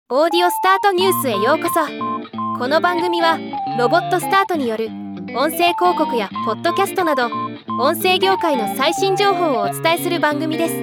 オーディオスタートニュースへようこそ。この番組はロボットスタートによる音声広告やポッドキャストなど音声業界の最新情報をお伝えする番組です。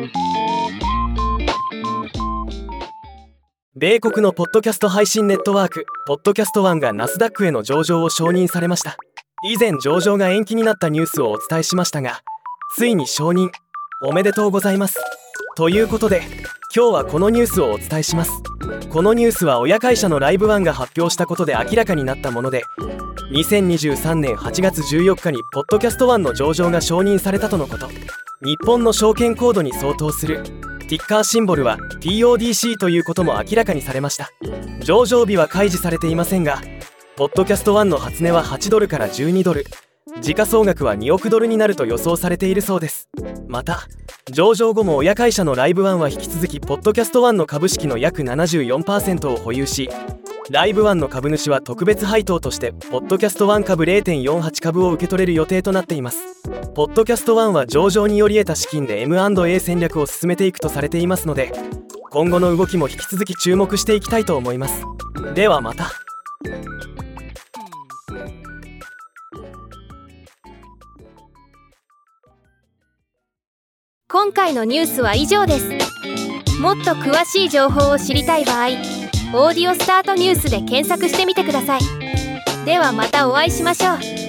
米国のポッドキャスト配信ネットワークポッドキャストワンがナスダックへの上場を承認されました。以前上場が延期になったニュースをお伝えしましたが、ついに承認おめでとうございます。ということで今日はこのニュースをお伝えします。このニュースは親会社のライブワンが発表したことで明らかになったもので、2023年8月14日にポッドキャストワンの上場が承認されたとのこと。日本の証券コードに相当するティッカーシンボルは PODC ということも明らかにされました。上場日は開示されていませんが、ポッドキャストワンの初値は8ドルから12ドル、時価総額は2億ドルになると予想されているそうです。また上場後も親会社のライブワンは引き続きポッドキャストワンの株式の約 74% を保有し、ライブワンの株主は特別配当としてポッドキャストワン株 0.48 株を受け取れる予定となっています。ポッドキャストワンは上場により得た資金で M&A 戦略を進めていくとされていますので、今後の動きも引き続き注目していきたいと思います。ではまた。 今回のニュースは以上です。もっと詳しい情報を知りたい場合、オーディオスタートニュースで検索してみてください。ではまたお会いしましょう。